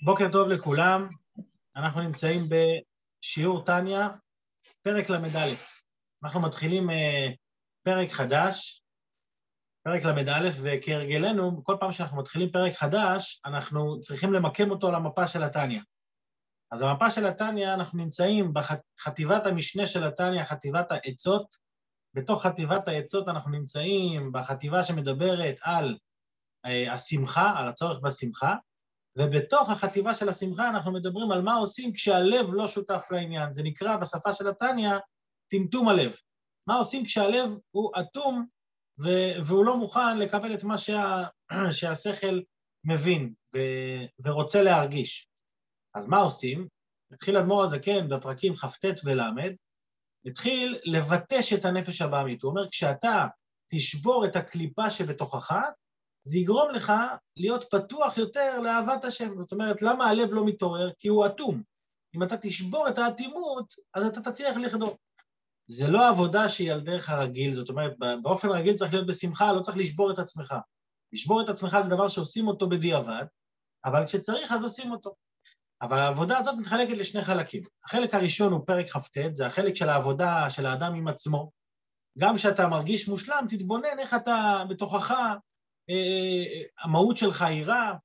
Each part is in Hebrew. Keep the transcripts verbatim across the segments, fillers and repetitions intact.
בוקר טוב לכולם, אנחנו נמצאים בשיעור טניה, פרק למד א'. אנחנו מתחילים uh, פרק חדש, פרק למד א', וכהרגלנו, כל פעם שאנחנו מתחילים פרק חדש, אנחנו צריכים למקם אותו על המפה של הטניה. אז המפה של הטניה, אנחנו נמצאים בחטיבת המשנה של הטניה, חטיבת העצות. בתוך חטיבת העצות אנחנו נמצאים בחטיבה שמדברת על uh, השמחה, על הצורך בשמחה, ובתוך החטיבה של השמחה אנחנו מדברים על מה עושים כשהלב לא שותף לעניין. זה נקרא בשפה של הטניה טמטום הלב. מה עושים כשהלב הוא אטום והוא לא מוכן לקבל את מה שה... שהשכל מבין ו- ורוצה להרגיש. אז מה עושים? התחיל אדמו"ר הזקן בפרקים כ"ט ולמד, התחיל לבטש את הנפש הבאמית. הוא אומר, כשאתה תשבור את הקליפה שבתוכך, זה יגרום לך להיות פתוח יותר לאהבת השם. זאת אומרת, למה הלב לא מתעורר? כי הוא אטום. אם אתה תשבור את האטימות, אז אתה תצליח לחדור. זה לא עבודה שהיא על דרך הרגיל, זאת אומרת, באופן רגיל צריך להיות בשמחה, לא צריך לשבור את עצמך. לשבור את עצמך זה דבר שעושים אותו בדיעבד, אבל כשצריך אז עושים אותו. אבל העבודה הזאת מתחלקת לשני חלקים. החלק הראשון הוא פרק כ"ט, זה החלק של העבודה של האדם עם עצמו. גם כשאתה מרגיש מושלם, תתבונן איך אתה בתוכך, המהות שלך היא רע,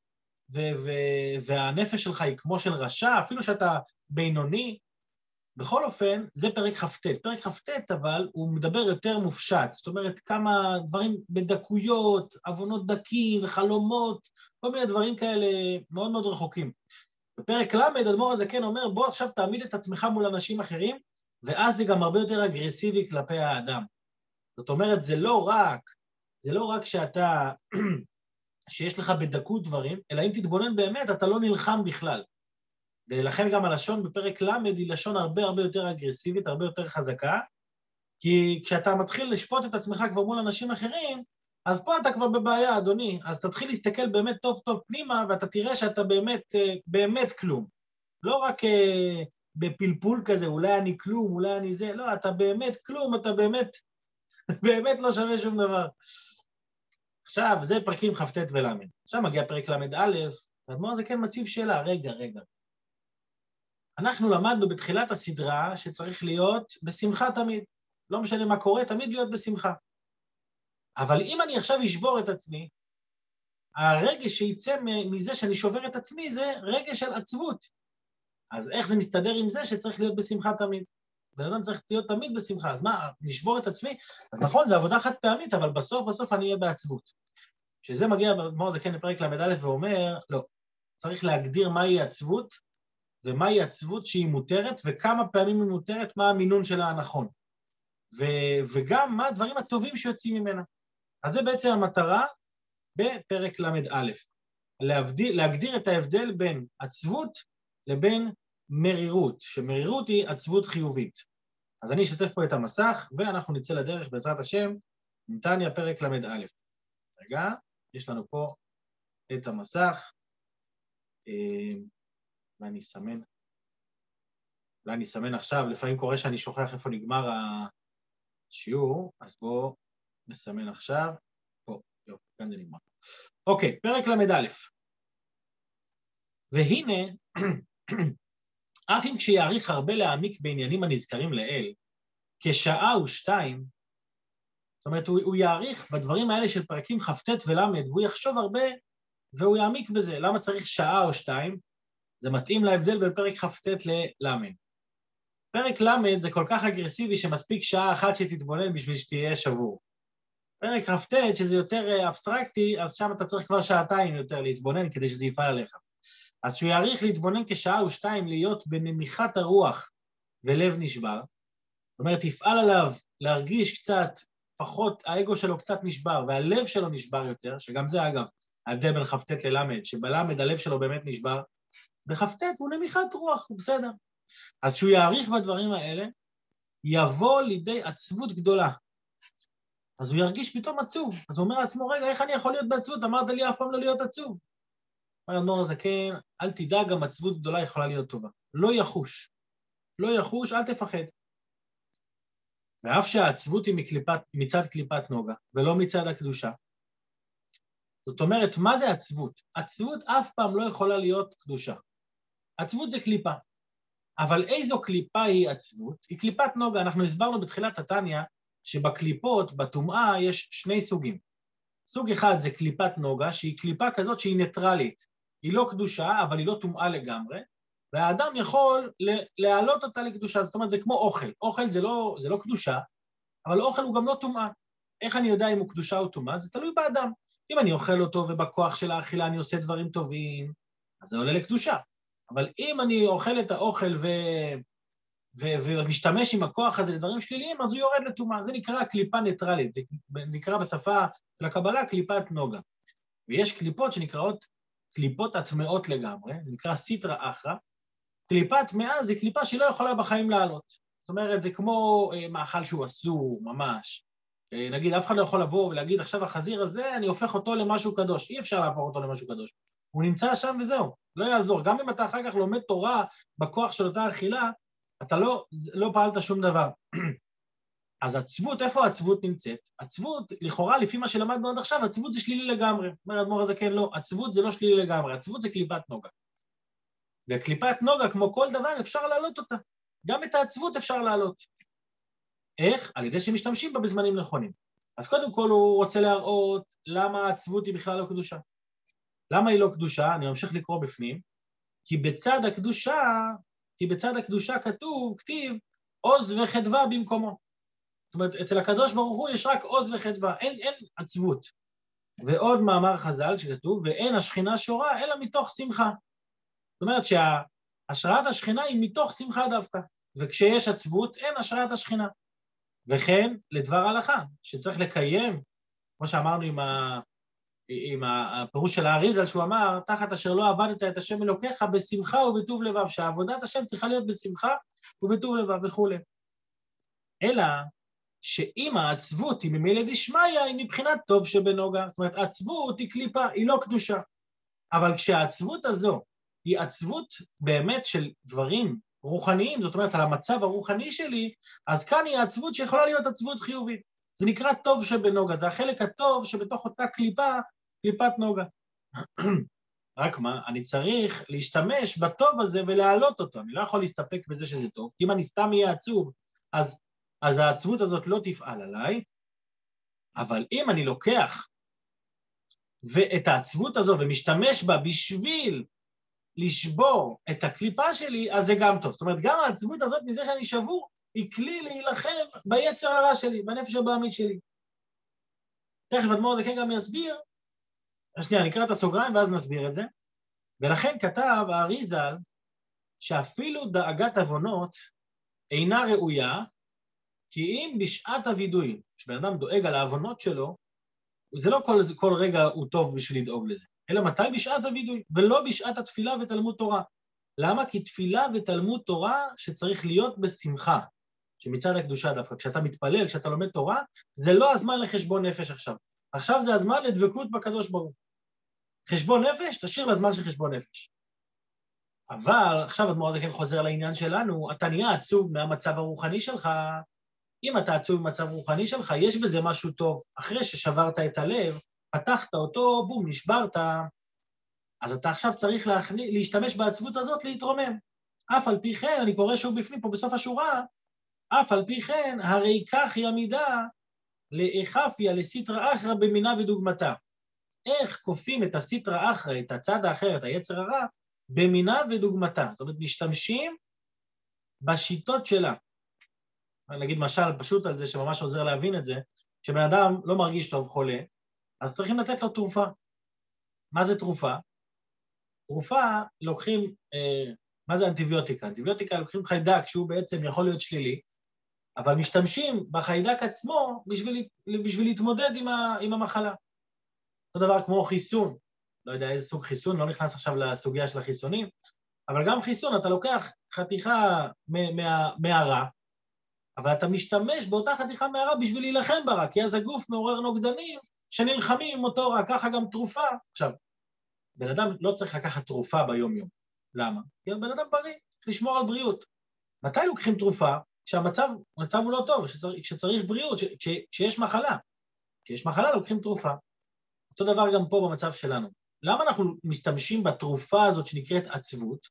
והנפש שלך היא כמו של רשע, אפילו שאתה בינוני. בכל אופן, זה פרק כ"ט. פרק כ"ט, אבל הוא מדבר יותר מופשט, זאת אומרת, כמה דברים בדקויות, עוונות דקים וחלומות, כל מיני דברים כאלה מאוד מאוד רחוקים. בפרק למד, אדמו"ר הזקן אומר, בוא עכשיו תעמיד את עצמך מול אנשים אחרים, ואז זה גם הרבה יותר אגרסיבי כלפי האדם. זאת אומרת, זה לא רק, זה לא רק שאתה, שיש לך בדקות דברים, אלא אם תתבונן באמת, אתה לא נלחם בכלל. ולכן גם הלשון בפרק למד היא לשון הרבה הרבה יותר אגרסיבית, הרבה יותר חזקה, כי כשאתה מתחיל לשפוט את עצמך כבר מול אנשים אחרים, אז פה אתה כבר בבעיה, אדוני. אז תתחיל להסתכל באמת טוב טוב פנימה, ואתה תראה שאתה באמת, באמת כלום. לא רק בפלפול כזה, אולי אני כלום, אולי אני זה, לא, אתה באמת כלום, אתה באמת, באמת לא שווה שום דבר. עכשיו, זה פרקים כ"ט ולמד. עכשיו מגיע פרק למד א', ואדמו"ר הזקן מציב שאלה, רגע, רגע. אנחנו למדנו בתחילת הסדרה שצריך להיות בשמחה תמיד. לא משנה מה קורה, תמיד להיות בשמחה. אבל אם אני עכשיו אשבור את עצמי, הרגש שיצא מזה שאני שובר את עצמי זה רגש של עצבות. אז איך זה מסתדר עם זה שצריך להיות בשמחה תמיד? בן אדם צריך להיות תמיד בשמחה, אז מה, לשבור את עצמי? אז נכון, זה עבודה חד פעמית, אבל בסוף בסוף אני אהיה בעצבות. שזה מגיע, אדמו"ר הזקן לפרק למד א' ואומר, לא, צריך להגדיר מהי עצבות, ומהי עצבות שהיא מותרת, וכמה פעמים היא מותרת, מה המינון שלה הנכון. ו- וגם מה הדברים הטובים שיוצאים ממנה. אז זה בעצם המטרה בפרק למד א', להבדיל, להגדיר את ההבדל בין עצבות לבין מרירות, שמרירות היא עצבות חיובית. אז אני אשתף פה את המסך, ואנחנו נצא לדרך בעזרת השם, עם טניה פרק למד א'. רגע, יש לנו פה את המסך, ואני אסמן, אולי אני אסמן עכשיו, לפעמים קורה שאני שוכח איפה נגמר השיעור, אז בואו נסמן עכשיו, פה, יופי, כאן זה נגמר. אוקיי, פרק למד א', והנה, אף אם כשיעריך הרבה להעמיק בעניינים הנזכרים לאל, כשעה או שתיים, זאת אומרת, הוא, הוא יעריך בדברים האלה של פרקים כ"ט ולמד, והוא יחשוב הרבה, והוא יעמיק בזה. למה צריך שעה או שתיים? זה מתאים להבדל בין פרק כ"ט ללמד. פרק למד זה כל כך אגרסיבי שמספיק שעה אחת שתתבונן בשביל שתהיה שבור. פרק כ"ט, שזה יותר אבסטרקטי, אז שם אתה צריך כבר שעתיים יותר להתבונן כדי שזה יפעל עליך. אז שהוא יעריך להתבונן כשעה או שתיים, להיות בנמיכת הרוח ולב נשבר. זאת אומרת, יפעל עליו להרגיש קצת פחות, האגו שלו קצת נשבר, והלב שלו נשבר יותר, שגם זה אגב, ההבדל בין כ"ט ללמד, שבלמד הלב שלו באמת נשבר, בכ"ט הוא נמיכת רוח, הוא בסדר. אז שהוא יעריך בדברים האלה, יבוא לידי עצבות גדולה. אז הוא ירגיש פתאום עצוב, אז הוא אומר לעצמו, רגע, איך אני יכול להיות בעצבות? אמרת לי אף פעם לא להיות עצוב. אומר אדמו"ר הזקן, אל תדע, גם עצבות גדולה יכולה להיות טובה. לא יחוש. לא יחוש, אל תפחד. ואף שהעצבות היא מקליפת, מצד קליפת נוגה, ולא מצד הקדושה. זאת אומרת, מה זה עצבות? עצבות אף פעם לא יכולה להיות קדושה. עצבות זה קליפה. אבל איזו קליפה היא עצבות? היא קליפת נוגה. אנחנו הסברנו בתחילת התניה שבקליפות, בטומאה, יש שני סוגים. סוג אחד זה קליפת נוגה, שהיא קליפה כזאת שהיא ניטרלית. היא לא קדושה, אבל היא לא טומאה לגמרי, והאדם יכול להעלות אותה לקדושה. זאת אומרת, זה כמו אוכל. אוכל זה לא, זה לא קדושה, אבל אוכל הוא גם לא טומאה. איך אני יודע אם הוא קדושה או טומאה? זה תלוי באדם. אם אני אוכל אותו ובכוח של האכילה אני עושה דברים טובים, אז זה עולה לקדושה. אבל אם אני אוכל את האוכל ו... ו... ומשתמש עם הכוח הזה לדברים שליליים, אז הוא יורד לטומאה. זה נקרא קליפה ניטרלית, זה נקרא בשפה של הקבלה קליפת נוגה. ויש קליפות שנקראות קליפות הטמאות לגמרי, זה נקרא סיטרא אחרא. קליפה טמאה זה קליפה שהיא לא יכולה בחיים לעלות. זאת אומרת, זה כמו אה, מאכל שהוא אסור, ממש. אה, נגיד, אף אחד לא יכול לבוא ולהגיד, עכשיו החזיר הזה, אני הופך אותו למשהו קדוש. אי אפשר להפוך אותו למשהו קדוש. הוא נמצא שם וזהו, לא יעזור. גם אם אתה אחר כך לומד תורה בכוח של אותה אכילה, אתה לא, לא פעלת שום דבר. אז עצבות, איפה העצבות נמצאת? עצבות, לכאורה, לפי מה שלמדנו עד עכשיו, עצבות זה שלילי לגמרי. אומר האדמו"ר הזה, כן, לא, עצבות זה לא שלילי לגמרי, עצבות זה קליפת נוגה. וקליפת נוגה, כמו כל דבר, אפשר להעלות אותה. גם את העצבות אפשר להעלות. איך? על ידי שמשתמשים בה בזמנים נכונים. אז קודם כל הוא רוצה להראות למה העצבות היא בכלל לא קדושה. למה היא לא קדושה? אני ממשיך לקרוא בפנים. כי בצד הקדושה, כי בצד הקדושה כתוב, כתיב, עוז וחדווה במקומו. זאת אומרת, אצל הקדוש ברוך הוא יש רק עוז וחדווה, אין, אין עצבות. ועוד מאמר חז"ל שכתוב, ואין השכינה שורה, אלא מתוך שמחה. זאת אומרת שהשראת השכינה היא מתוך שמחה דווקא, וכשיש עצבות, אין השראת השכינה. וכן, לדבר הלכה, שצריך לקיים, כמו שאמרנו עם, ה, עם הפירוש של האריזל, שהוא אמר, תחת אשר לא עבדת את השם אלוקיך, בשמחה ובטוב לבב, שעבודת השם צריכה להיות בשמחה ובטוב לבב וכו'. אלא, שאם העצבות היא ממילא דשמיא, היא מבחינת טוב שבנוגה. זאת אומרת, עצבות היא קליפה, היא לא קדושה. אבל כשהעצבות הזו היא עצבות באמת של דברים רוחניים, זאת אומרת, על המצב הרוחני שלי, אז כאן היא העצבות שיכולה להיות עצבות חיובית. זה נקרא טוב שבנוגה, זה החלק הטוב שבתוך אותה קליפה, קליפת נוגה. רק מה, אני צריך להשתמש בטוב הזה ולהעלות אותו. אני לא יכול להסתפק בזה שזה טוב, כי אם אני סתם אהיה עצוב, אז אז העצבות הזאת לא תפעל עליי, אבל אם אני לוקח ואת העצבות הזו ומשתמש בה בשביל לשבור את הקליפה שלי, אז זה גם טוב. זאת אומרת, גם העצבות הזאת מזה שאני שבור, היא כלי להילחם ביצר הרע שלי, בנפש הבעמית שלי. תכף אדמו"ר הזה כן גם יסביר, שנייה, נקרא את הסוגריים ואז נסביר את זה, ולכן כתב האריזל שאפילו דאגת עוונות אינה ראויה, כי אם בשעת הוידוי, כשבן אדם דואג על העוונות שלו, זה לא כל, כל רגע הוא טוב בשביל לדאוג לזה, אלא מתי בשעת הוידוי, ולא בשעת התפילה ותלמוד תורה. למה? כי תפילה ותלמוד תורה שצריך להיות בשמחה, שמצד הקדושה דווקא, כשאתה מתפלל, כשאתה לומד תורה, זה לא הזמן לחשבון נפש עכשיו. עכשיו זה הזמן לדבקות בקדוש ברוך. חשבון נפש, תשאיר לזמן של חשבון נפש. אבל עכשיו אדמו"ר הזה כן חוזר לעניין שלנו, אתה נהיה עצוב מהמצב הרוחני שלך, אם אתה עצוב במצב רוחני שלך, יש בזה משהו טוב. אחרי ששברת את הלב, פתחת אותו, בום, נשברת, אז אתה עכשיו צריך להכניס, להשתמש בעצבות הזאת להתרומם. אף על פי כן, אני קורא שוב בפנים פה בסוף השורה, אף על פי כן, הרי כך היא עמידה לאכפיה לסיטרא אחרא במינה ודוגמתה. איך כופים את הסיטרא אחרא, את הצד האחר, את היצר הרע, במינה ודוגמתה. זאת אומרת, משתמשים בשיטות שלה. נגיד משל פשוט על זה שממש עוזר להבין את זה, כשבן אדם לא מרגיש טוב חולה, אז צריכים לתת לו תרופה. מה זה תרופה? תרופה לוקחים, אה, מה זה אנטיביוטיקה? אנטיביוטיקה לוקחים חיידק שהוא בעצם יכול להיות שלילי, אבל משתמשים בחיידק עצמו בשביל, בשביל להתמודד עם, ה, עם המחלה. אותו דבר כמו חיסון, לא יודע איזה סוג חיסון, לא נכנס עכשיו לסוגיה של החיסונים, אבל גם חיסון, אתה לוקח חתיכה מה, מהרע, אבל אתה משתמש באותה חתיכה מהרע בשביל להילחם ברע, כי אז הגוף מעורר נוגדנים שנלחמים עם אותו רע, ככה גם תרופה. עכשיו, בן אדם לא צריך לקחת תרופה ביום-יום. למה? כי בן אדם בריא, צריך לשמור על בריאות. מתי לוקחים תרופה? כשהמצב המצב הוא לא טוב, כשצריך, כשצריך בריאות, כש, כשיש מחלה. כשיש מחלה לוקחים תרופה. אותו דבר גם פה במצב שלנו. למה אנחנו משתמשים בתרופה הזאת שנקראת עצבות?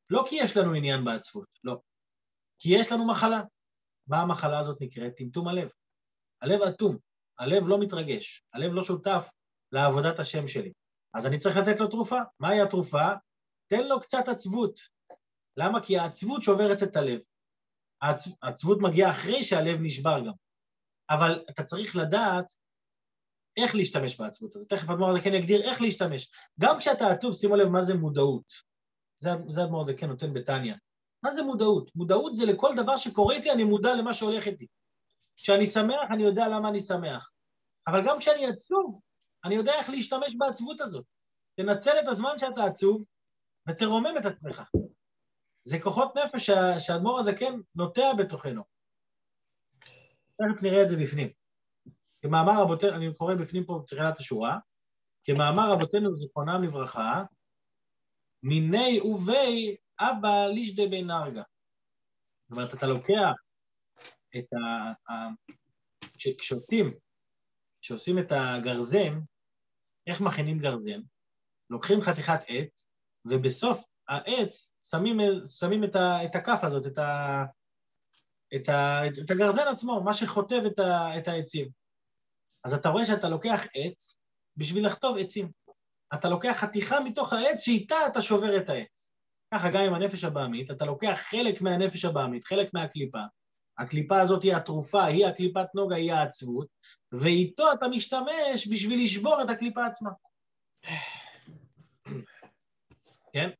לא כי יש לנו עניין בעצבות, לא. כי יש לנו מחלה. מה המחלה הזאת נקראת? טמטום הלב. הלב אטום, הלב לא מתרגש, הלב לא שותף לעבודת השם שלי. אז אני צריך לתת לו תרופה. מהי התרופה? תן לו קצת עצבות. למה? כי העצבות שוברת את הלב. העצ... העצבות מגיעה אחרי שהלב נשבר גם. אבל אתה צריך לדעת איך להשתמש בעצבות הזאת. תכף אדמו"ר הזקן יגדיר איך להשתמש. גם כשאתה עצוב, שימו לב מה זה מודעות. זה, זה אדמו"ר הזקן נותן בתניא. מה זה מודעות? מודעות זה לכל דבר שקורה איתי, אני מודע למה שהולך איתי. כשאני שמח, אני יודע למה אני שמח. אבל גם כשאני עצוב, אני יודע איך להשתמש בעצבות הזאת. תנצל את הזמן שאתה עצוב, ותרומם את עצמך. זה כוחות נפש שהאדמו"ר הזקן נוטע בתוכנו. תכף נראה את זה בפנים. כמאמר רבותינו, אני קורא בפנים פה בתחילת השורה, כמאמר רבותינו זיכרונם לברכה, מיני ובי אבא לישדה בן נרגה. זאת אומרת, אתה לוקח את ה... כשעושים, כשעושים את הגרזן, איך מכינים גרזן? לוקחים חתיכת עץ, ובסוף העץ שמים, שמים את, ה, את הכף הזאת, את, ה, את, ה, את הגרזן עצמו, מה שחוטב את, ה, את העצים. אז אתה רואה שאתה לוקח עץ בשביל לכתוב עצים. אתה לוקח חתיכה מתוך העץ שאיתה אתה שובר את העץ. ככה גם עם הנפש הבאמית, אתה לוקח חלק מהנפש הבאמית, חלק מהקליפה. הקליפה הזאת היא התרופה, היא הקליפת נוגה, היא העצבות, ואיתו אתה משתמש בשביל לשבור את הקליפה עצמה. כן?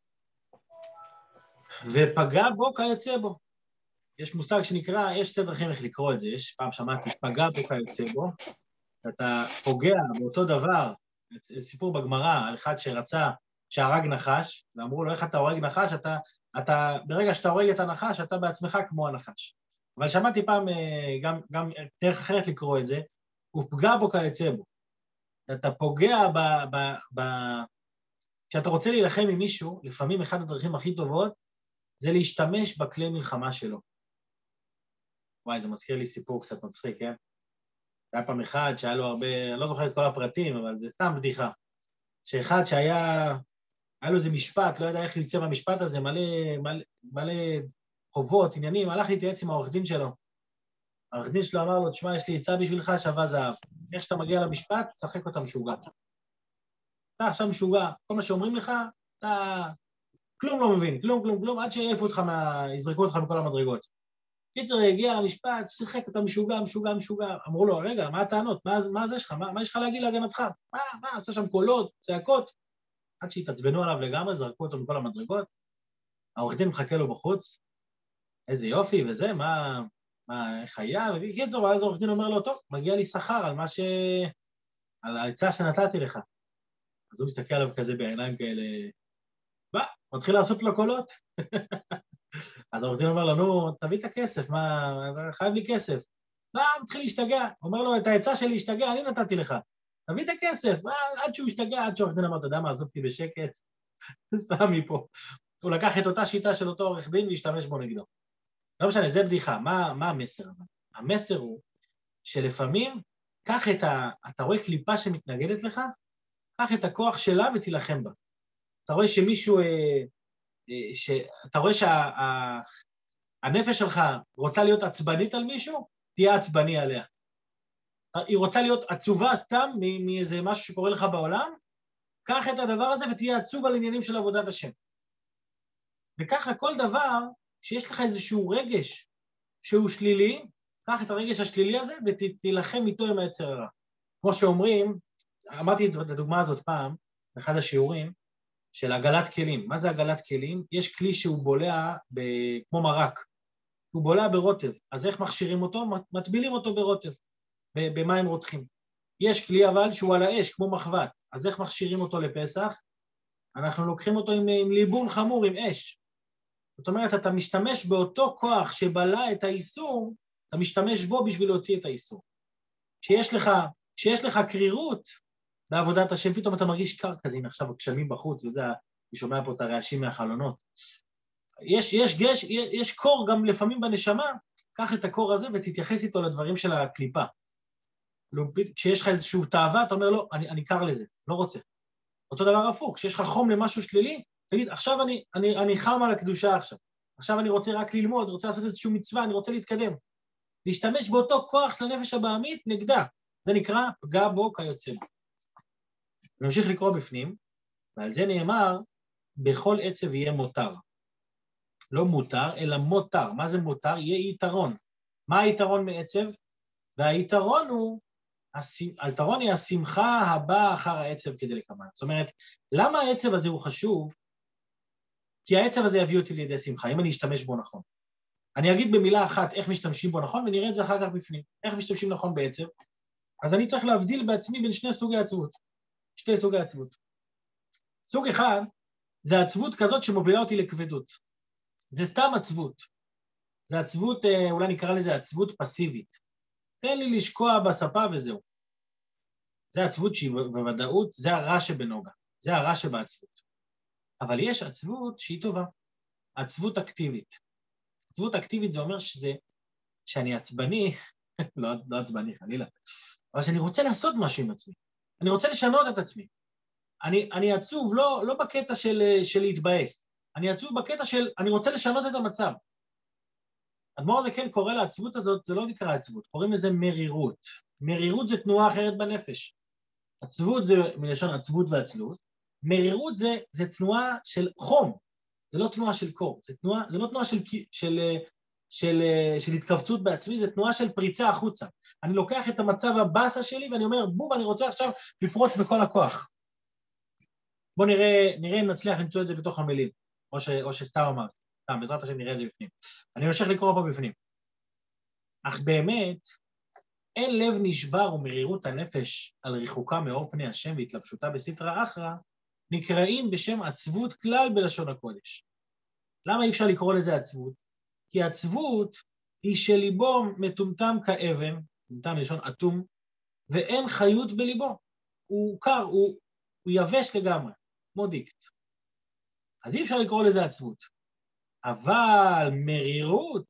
ופגע בו כיוצא בו. יש מושג שנקרא, יש שתי דרכים איך לקרוא את זה, יש פעם שמעתי, פגע בו כיוצא בו, אתה פוגע באותו דבר, סיפור בגמרא על אחד שרצה שהרג נחש, ואמרו לו איך אתה הורג נחש, אתה, אתה, ברגע שאתה הורג את הנחש, אתה בעצמך כמו הנחש. אבל שמעתי פעם גם, גם דרך אחרת לקרוא את זה, הוא פגע בו כיוצא בו. אתה פוגע ב... ב, ב כשאתה רוצה להילחם עם מישהו, לפעמים אחד הדרכים הכי טובות, זה להשתמש בכלי מלחמה שלו. וואי, זה מזכיר לי סיפור קצת מצחיק, כן? היה פעם אחד שהיה לו הרבה, אני לא זוכר את כל הפרטים, אבל זה סתם בדיחה. שאחד שהיה, היה לו איזה משפט, לא יודע איך יוצא במשפט הזה, מלא, מלא, מלא חובות, עניינים, הלך להתייעץ עם העורך דין שלו. העורך דין שלו אמר לו, תשמע, יש לי עצה בשבילך, שווה זהב. איך שאתה מגיע למשפט, תשחק אותה משוגע. אתה עכשיו משוגע, כל מה שאומרים לך, אתה כלום לא מבין, כלום, כלום, כלום, עד שיעפו אותך, מה... יזרקו אותך מכל המדרגות. קיצר הגיע למשפט, שיחק אותה משוגע, משוגע, משוגע. אמרו לו, רגע, מה הטענות? מה, מה זה שלך? מה, מה יש לך להגיד להגנתך? מה, מה, עשה שם קולות, צעקות? עד שהתעצבנו עליו לגמרי, זרקו אותו מכל המדרגות. העורך דין מחכה לו בחוץ, איזה יופי וזה, מה, מה, איך היה? וקיצר, ואז העורך דין אומר לו, טוב, מגיע לי שכר על מה ש... על העצה שנתתי לך. אז הוא מסתכל עליו כזה בעיניים כאלה, מה? מתחיל לעשות לו קולות. אז העורך דין אומר לו, נו, תביא את הכסף, מה, חייב לי כסף. מה, מתחיל להשתגע. אומר לו, את העצה שלי להשתגע, אני נתתי לך. תביא את הכסף, מה, עד שהוא השתגע, עד שהעורך דין אמר, אתה יודע מה, עזוב אותי בשקט, שם מפה. הוא לקח את אותה שיטה של אותו עורך דין והשתמש בו נגדו. לא משנה, זה בדיחה. מה, מה המסר? המסר הוא שלפעמים, קח את ה... אתה רואה קליפה שמתנגדת לך, קח את הכוח שלה ותילחם בה. אתה רואה שמישהו... ש... אתה רואה שהנפש שה... שלך רוצה להיות עצבנית על מישהו, תהיה עצבני עליה. היא רוצה להיות עצובה סתם מאיזה משהו שקורה לך בעולם, קח את הדבר הזה ותהיה עצוב על עניינים של עבודת השם. וככה כל דבר שיש לך איזשהו רגש שהוא שלילי, קח את הרגש השלילי הזה ותילחם איתו עם היצר הרע. כמו שאומרים, אמרתי את הדוגמה הזאת פעם, באחד השיעורים, של עגלת כלים. מה זה עגלת כלים? יש כלי שהוא בולע ב... כמו מרק. הוא בולע ברוטב. אז איך מכשירים אותו? מטבילים אותו ברוטב, במים רותחים. יש כלי אבל שהוא על האש, כמו מחבת. אז איך מכשירים אותו לפסח? אנחנו לוקחים אותו עם, עם ליבון חמור, עם אש. זאת אומרת, אתה משתמש באותו כוח שבלע את האיסור, אתה משתמש בו בשביל להוציא את האיסור. כשיש לך, כשיש לך קרירות בעבודת השם, פתאום אתה מרגיש קר כזה, הנה עכשיו הגשמים בחוץ, וזה, אני שומע פה את הרעשים מהחלונות. יש, יש גש, יש קור גם לפעמים בנשמה, קח את הקור הזה ותתייחס איתו לדברים של הקליפה. כשיש לך איזשהו תאווה, אתה אומר, לא, אני, אני קר לזה, לא רוצה. אותו דבר הפוך, כשיש לך חום למשהו שלילי, תגיד, עכשיו אני, אני, אני חם על הקדושה עכשיו. עכשיו אני רוצה רק ללמוד, רוצה לעשות איזושהי מצווה, אני רוצה להתקדם. להשתמש באותו כוח של הנפש הבעמית נגדה. זה נקרא פגע בו כיוצא בו. נמשיך לקרוא בפנים, ועל זה נאמר, בכל עצב יהיה מותר. לא מותר, אלא מותר. מה זה מותר? יהיה יתרון. מה היתרון מעצב? והיתרון הוא, היתרון היא השמחה הבאה אחר העצב כדי לקמן. זאת אומרת, למה העצב הזה הוא חשוב? כי העצב הזה יביא אותי לידי שמחה, אם אני אשתמש בו נכון. אני אגיד במילה אחת איך משתמשים בו נכון, ונראה את זה אחר כך בפנים. איך משתמשים נכון בעצב? אז אני צריך להבדיל בעצמי בין שני סוגי עצבות. שתי סוגי עצבות. סוג אחד, זה עצבות כזאת שמובילה אותי לכבדות. זה סתם עצבות. זה עצבות, אולי נקרא לזה עצבות פסיבית. תן לי לשקוע בספה וזהו. זה עצבות שהיא בוודאות, זה הרע שבנוגה. זה הרע שבעצבות. אבל יש עצבות שהיא טובה. עצבות אקטיבית. עצבות אקטיבית זה אומר שזה, שאני עצבני, לא, לא עצבני חלילה, אבל שאני רוצה לעשות משהו עם עצמי. אני רוצה לשנות את עצמי. אני, אני עצוב לא, לא בקטע של, של להתבאס. אני עצוב בקטע של, אני רוצה לשנות את המצב. אדמו"ר זה כן קורא לעצבות הזאת, זה לא נקרא עצבות, קוראים לזה מרירות. מרירות זה תנועה אחרת בנפש. עצבות זה מלשון עצבות ועצלות. מרירות זה, זה תנועה של חום. זה לא תנועה של קור, זה, תנועה, זה לא תנועה של, של, של, של, של התכווצות בעצמי, זה תנועה של פריצה החוצה. אני לוקח את המצב הבאסה שלי ואני אומר, בוב, אני רוצה עכשיו לפרוץ בכל הכוח. בואו נראה, נראה אם נצליח למצוא את זה בתוך המילים, או, ש, או שסתם אמרתי. סתם, בעזרת השם נראה את זה בפנים. אני ממשיך לקרוא פה בפנים. אך באמת, אין לב נשבר ומרירות הנפש על ריחוקה מאור פני השם והתלבשותה בסתרא אחרא, נקראים בשם עצבות כלל בלשון הקודש. למה אי אפשר לקרוא לזה עצבות? כי עצבות היא שליבו מטומטם כאבן, מטומטם לשון אטום, ואין חיות בליבו. הוא קר, הוא, הוא יבש לגמרי, כמו דיקט. אז אי אפשר לקרוא לזה עצבות. אבל מרירות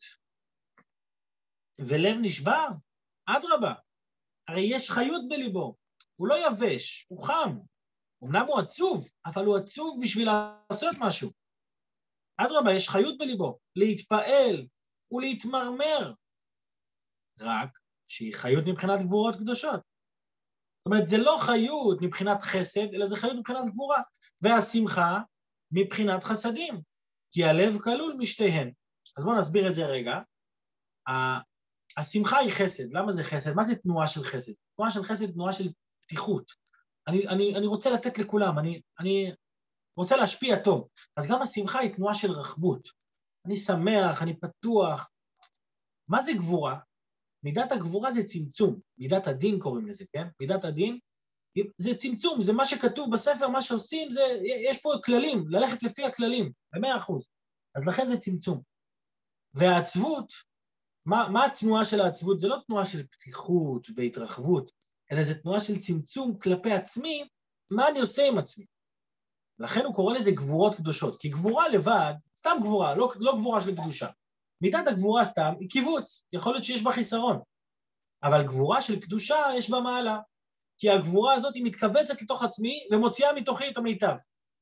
ולב נשבר, אדרבה, הרי יש חיות בליבו, הוא לא יבש, הוא חם. אמנם הוא עצוב, אבל הוא עצוב בשביל לעשות משהו. אדרבה, יש חיות בליבו, להתפעל ולהתמרמר, רק שהיא חיות מבחינת גבורות קדושות. זאת אומרת, זה לא חיות מבחינת חסד, אלא זה חיות מבחינת גבורה, והשמחה מבחינת חסדים, כי הלב כלול משתיהן. אז בואו נסביר את זה רגע. השמחה היא חסד. למה זה חסד? מה זה תנועה של חסד? תנועה של חסד היא תנועה של פתיחות. אני, אני, אני רוצה לתת לכולם, אני, אני רוצה להשפיע טוב. אז גם השמחה היא תנועה של רחבות. אני שמח, אני פתוח. מה זה גבורה? מידת הגבורה זה צמצום. מידת הדין קוראים לזה, כן? מידת הדין זה צמצום, זה מה שכתוב בספר, מה שעושים, זה, יש פה כללים, ללכת לפי הכללים, ב-מאה אחוז. אז לכן זה צמצום. והעצבות, מה, מה התנועה של העצבות? זה לא תנועה של פתיחות והתרחבות, אלא זה תנועה של צמצום כלפי עצמי, מה אני עושה עם עצמי. לכן הוא קורא לזה גבורות קדושות, כי גבורה לבד, סתם גבורה, לא, לא גבורה של קדושה. מידת הגבורה סתם היא קיבוץ, יכול להיות שיש בה חיסרון, אבל גבורה של קדושה יש בה מעלה, כי הגבורה הזאת היא מתכווצת לתוך עצמי ומוציאה מתוכי את המיטב.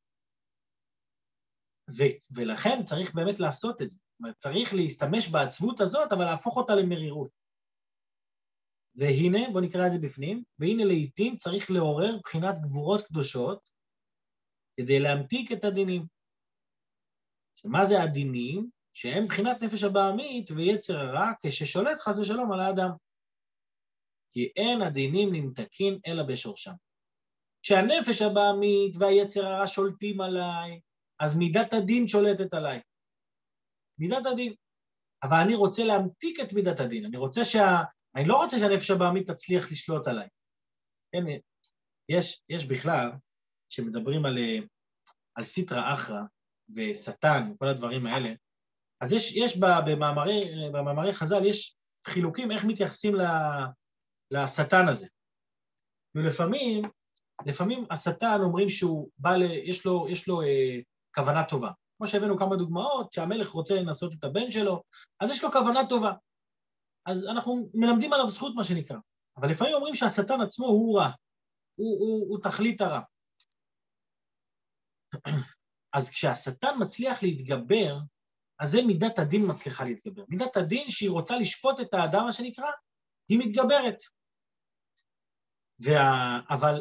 ו- ולכן צריך באמת לעשות את זה. זאת אומרת, צריך להשתמש בעצבות הזאת, אבל להפוך אותה למרירות. והנה, בוא נקרא את זה בפנים, והנה לעתים צריך לעורר בחינת גבורות קדושות, כדי להמתיק את הדינים. שמה זה הדינים? שהם בחינת נפש הבעמית ויצר הרע, כששולט חס ושלום על האדם. כי אין הדינים נמתקים אלא בשורשם. כשהנפש הבעמית והיצר הרע שולטים עליי, אז מידת הדין שולטת עליי. מידת הדין. אבל אני רוצה להמתיק את מידת הדין. אני רוצה שה... אני לא רוצה שהנפש הבעמית תצליח לשלוט עליי. כן, יש, יש בכלל, שמדברים על, על סטרא אחרא ושטן וכל הדברים האלה, אז יש, יש במאמרי, במאמרי חז"ל, יש חילוקים איך מתייחסים לשטן הזה. ולפעמים, לפעמים השטן אומרים שהוא בא ל... יש לו, יש לו אה, כוונה טובה. כמו שהבאנו כמה דוגמאות, שהמלך רוצה לנסות את הבן שלו, אז יש לו כוונה טובה. אז אנחנו מלמדים עליו זכות, מה שנקרא. אבל לפעמים אומרים שהשטן עצמו הוא רע. הוא, הוא, הוא תכלית הרע. אז כשהשטן מצליח להתגבר, אז זה מידת הדין מצליחה להתגבר. מידת הדין שהיא רוצה לשפוט את האדם, מה שנקרא, היא מתגברת. וה... אבל,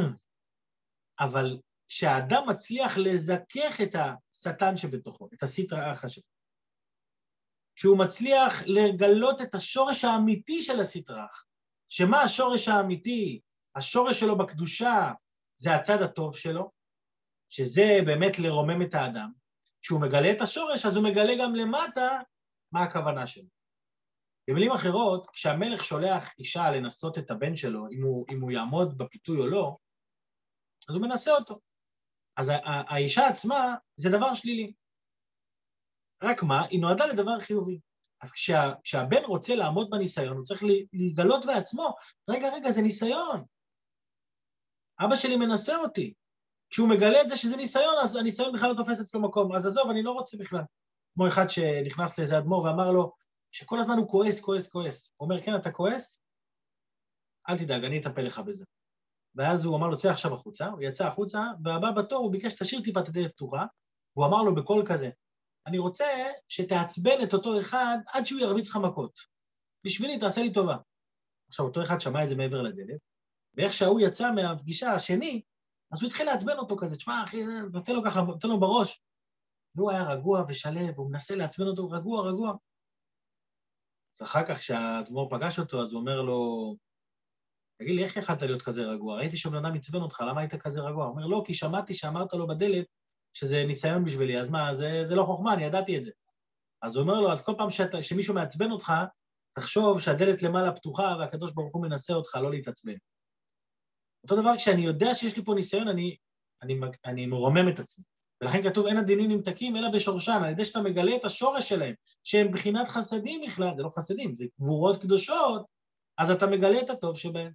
אבל כשהאדם מצליח לזכך את השטן שבתוכו, את הסטרא אחרא שלו, כשהוא מצליח לגלות את השורש האמיתי של הסטרא אחרא, שמה השורש האמיתי? השורש שלו בקדושה זה הצד הטוב שלו, שזה באמת לרומם את האדם. כשהוא מגלה את השורש, אז הוא מגלה גם למטה מה הכוונה שלו. במילים אחרות, כשהמלך שולח אישה לנסות את הבן שלו, אם הוא, אם הוא יעמוד בפיתוי או לא, אז הוא מנסה אותו. אז האישה עצמה זה דבר שלילי. רק מה? היא נועדה לדבר חיובי. אז כשה, כשהבן רוצה לעמוד בניסיון, הוא צריך לגלות בעצמו, רגע, רגע, זה ניסיון. אבא שלי מנסה אותי. כשהוא מגלה את זה שזה ניסיון, אז הניסיון בכלל לא תופס אצלו מקום. אז עזוב, אני לא רוצה בכלל. כמו אחד שנכנס לאיזה אדמו"ר ואמר לו, שכל הזמן הוא כועס, כועס, כועס. הוא אומר, כן, אתה כועס? אל תדאג, אני אטפל לך בזה. ואז הוא אמר לו, צא עכשיו החוצה, הוא יצא החוצה, והבא בתור הוא ביקש תשאיר טיפה את הדלת פתוחה, והוא אמר לו בקול כזה, אני רוצה שתעצבן את אותו אחד עד שהוא ירביץ לך מכות. בשבילי, תעשה לי טובה. עכשיו, אותו אחד שמע את זה מעבר לדלת, ואיך שהוא יצא מהפגישה השני, אז הוא התחיל לעצבן אותו כזה, תשמע, אחי, נותן לו ככה, נותן לו בראש. והוא היה רגוע ושלב, והוא מנסה לעצבן אותו, רגוע, רגוע. אז אחר כך, כשהאדמו"ר פגש אותו, אז הוא אומר לו, תגיד לי, איך יכלת להיות כזה רגוע? ראיתי שבן אדם עצבן אותך, למה היית כזה רגוע? הוא אומר, לא, כי שמעתי שאמרת לו בדלת שזה ניסיון בשבילי, אז מה, זה, זה לא חוכמה, אני ידעתי את זה. אז הוא אומר לו, אז כל פעם שאתה, שמישהו מעצבן אותך, תחשוב שהדלת למעלה פתוחה, והקדוש ברוך הוא מנסה אותך לא להתעצבן. אותו דבר, כשאני יודע שיש לי פה ניסיון, אני, אני, אני מרומם את עצמי. ולכן כתוב, אין הדינים נמתקים, אלא בשורשן, על ידי שאתה מגלה את השורש שלהם, שהם בחינת חסדים בכלל, זה לא חסדים, זה גבורות קדושות, אז אתה מגלה את הטוב שבהם.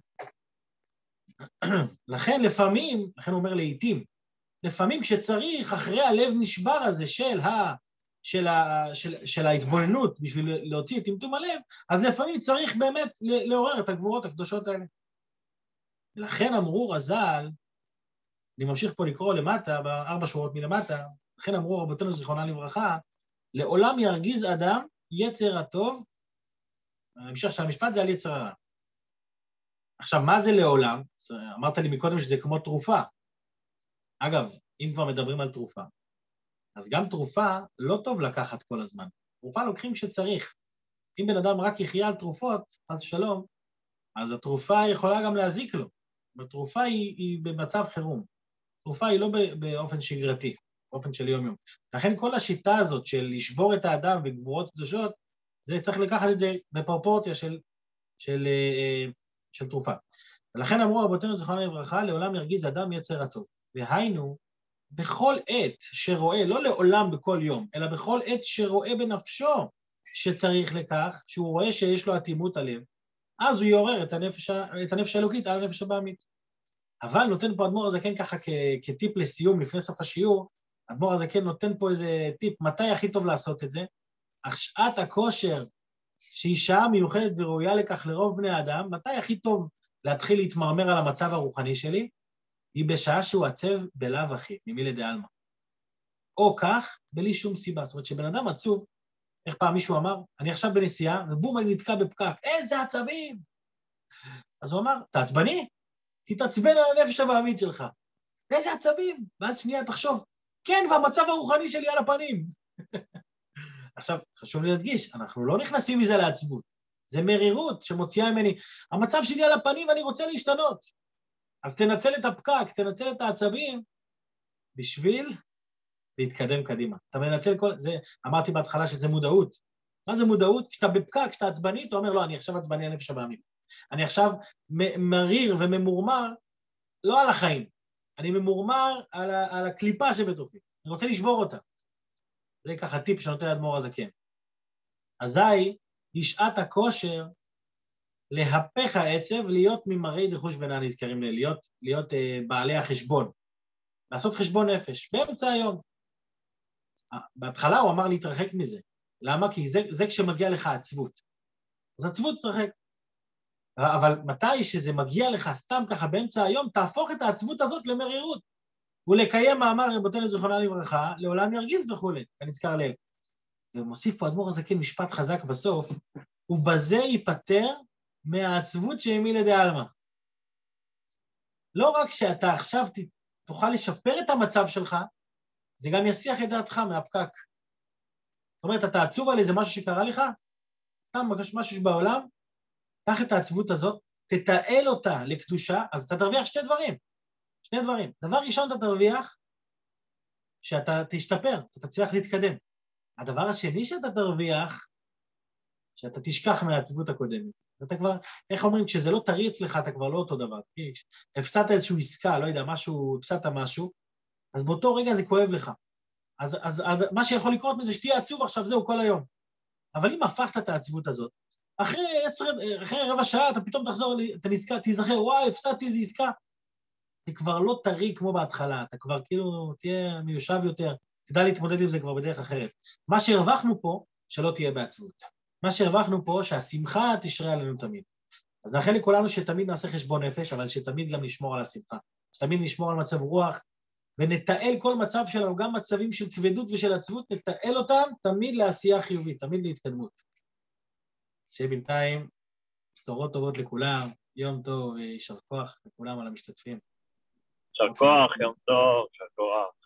לכן לפעמים, לכן הוא אומר לעתים, לפעמים כשצריך, אחרי הלב נשבר הזה של, ה, של, ה, של, של ההתבוננות, בשביל להוציא את טמטום הלב, אז לפעמים צריך באמת לעורר את הגבורות הקדושות האלה. לכן אמרו רז"ל, אני ממשיך פה לקרוא למטה, בארבע שורות מלמטה, לכן אמרו רבותינו זיכרונם לברכה, לעולם ירגיז אדם יצר הטוב, המשך של המשפט זה על יצר הרע. עכשיו, מה זה לעולם? אמרת לי מקודם שזה כמו תרופה. אגב, אם כבר מדברים על תרופה, אז גם תרופה לא טוב לקחת כל הזמן. תרופה לוקחים כשצריך. אם בן אדם רק יחיה על תרופות, אז שלום, אז התרופה יכולה גם להזיק לו. התרופה היא, היא במצב חירום. תרופה היא לא באופן שגרתי, באופן של יום-יום. לכן כל השיטה הזאת של לשבור את האדם בגבורות קדושות, זה צריך לקחת את זה בפרופורציה של, של, של תרופה. ולכן אמרו רבותינו זיכרונם לברכה, לעולם ירגיז אדם יצר הטוב. והיינו, בכל עת שרואה, לא לעולם בכל יום, אלא בכל עת שרואה בנפשו שצריך לכך, שהוא רואה שיש לו אטימות הלב, אז הוא יעורר את הנפש, את הנפש האלוקית על הנפש הבאמית. אבל נותן פה אדמו"ר הזקן ככה כ- כטיפ לסיום לפני סוף השיעור, אדמו"ר הזקן נותן פה איזה טיפ, מתי הכי טוב לעשות את זה? אך שעת הכושר, שהיא שעה מיוחדת וראויה לכך לרוב בני האדם, מתי הכי טוב להתחיל להתמרמר על המצב הרוחני שלי? היא בשעה שהוא עצב בלאו הכי, ממילי דעלמא. או כך, בלי שום סיבה. זאת אומרת שבן אדם עצוב, איך פעם מישהו אמר, אני עכשיו בנסיעה, ובום, אני נתקע בפקק, איזה עצבים! אז הוא אמר, אתה עצבני? תתעצבן על הנפש הבאמית שלך. איזה עצבים? ואז שנייה תחשוב, כן, והמצב הרוחני שלי על הפנים. עכשיו, חשוב לי להדגיש, אנחנו לא נכנסים מזה לעצבות. זה מרירות שמוציאה ממני, המצב שלי על הפנים ואני רוצה להשתנות. אז תנצל את הפקק, תנצל את העצבים, בשביל להתקדם קדימה. אתה מנצל כל, זה, אמרתי בהתחלה שזה מודעות. מה זה מודעות? כשאתה בפקק, כשאתה עצבני, אתה אומר, לא, אני עכשיו עצבני על נפש הבאמית. אני עכשיו מריר וממורמר, לא על החיים, אני ממורמר על, ה, על הקליפה שבתוכי. אני רוצה לשבור אותה. זה ככה טיפ שנותן אדמו"ר הזקן. אזי, היא שעת הכושר להפך העצב, להיות ממראי דחוש בין הנזכרים, להיות, להיות אה, בעלי החשבון. לעשות חשבון נפש, באמצע היום. בהתחלה הוא אמר להתרחק מזה. למה? כי זה, זה כשמגיע לך עצבות. אז עצבות תרחק. אבל מתי שזה מגיע לך סתם ככה באמצע היום, תהפוך את העצבות הזאת למרירות. ולקיים מאמר רבותינו זיכרונם לברכה, לעולם ירגיז וכולי, כנזכר לעיל. ומוסיף פה אדמו"ר הזקן משפט חזק בסוף, ובזה ייפטר מהעצבות שהעמי לידי עלמא. לא רק שאתה עכשיו תוכל לשפר את המצב שלך, זה גם יסיח את דעתך מהפקק. זאת אומרת, אתה עצוב על איזה משהו שקרה לך, סתם משהו שבעולם, קח את העצבות הזאת, תתעל אותה לקדושה, אז אתה תרוויח שתי דברים. שני דברים. דבר ראשון, אתה תרוויח שאתה תשתפר, אתה תצליח להתקדם. הדבר השני שאתה תרוויח, שאתה תשכח מהעצבות הקודמת. אתה כבר, איך אומרים, כשזה לא טרי אצלך, אתה כבר לא אותו דבר. הפסדת איזושהי עסקה, לא יודע, משהו, הפסדת משהו, אז באותו רגע זה כואב לך. אז, אז, אז מה שיכול לקרות מזה, שתהיה עצוב עכשיו, זהו כל היום. אבל אם הפכת את העצבות הזאת, אחרי, עשר, אחרי רבע שעה, אתה פתאום תחזור, אתה נזכר, תיזכר, וואי, הפסדתי איזו עסקה. אתה כבר לא טרי כמו בהתחלה, אתה כבר כאילו תהיה מיושב יותר, תדע להתמודד עם זה כבר בדרך אחרת. מה שהרווחנו פה, שלא תהיה בעצבות. מה שהרווחנו פה, שהשמחה תשרה עלינו תמיד. אז נאחל לכולנו שתמיד נעשה חשבון נפש, אבל שתמיד גם נשמור על השמחה. שתמיד נשמור על מצב רוח, ונתעל כל מצב שלנו, גם מצבים של כבדות ושל עצבות, נתעל אותם תמיד לעשייה חיובית, תמיד להתקדמות. שיהיה בינתיים בשורות טובות לכולם, יום טוב, יישר כוח לכולם על המשתתפים. יישר כוח, יום טוב, יישר כוח.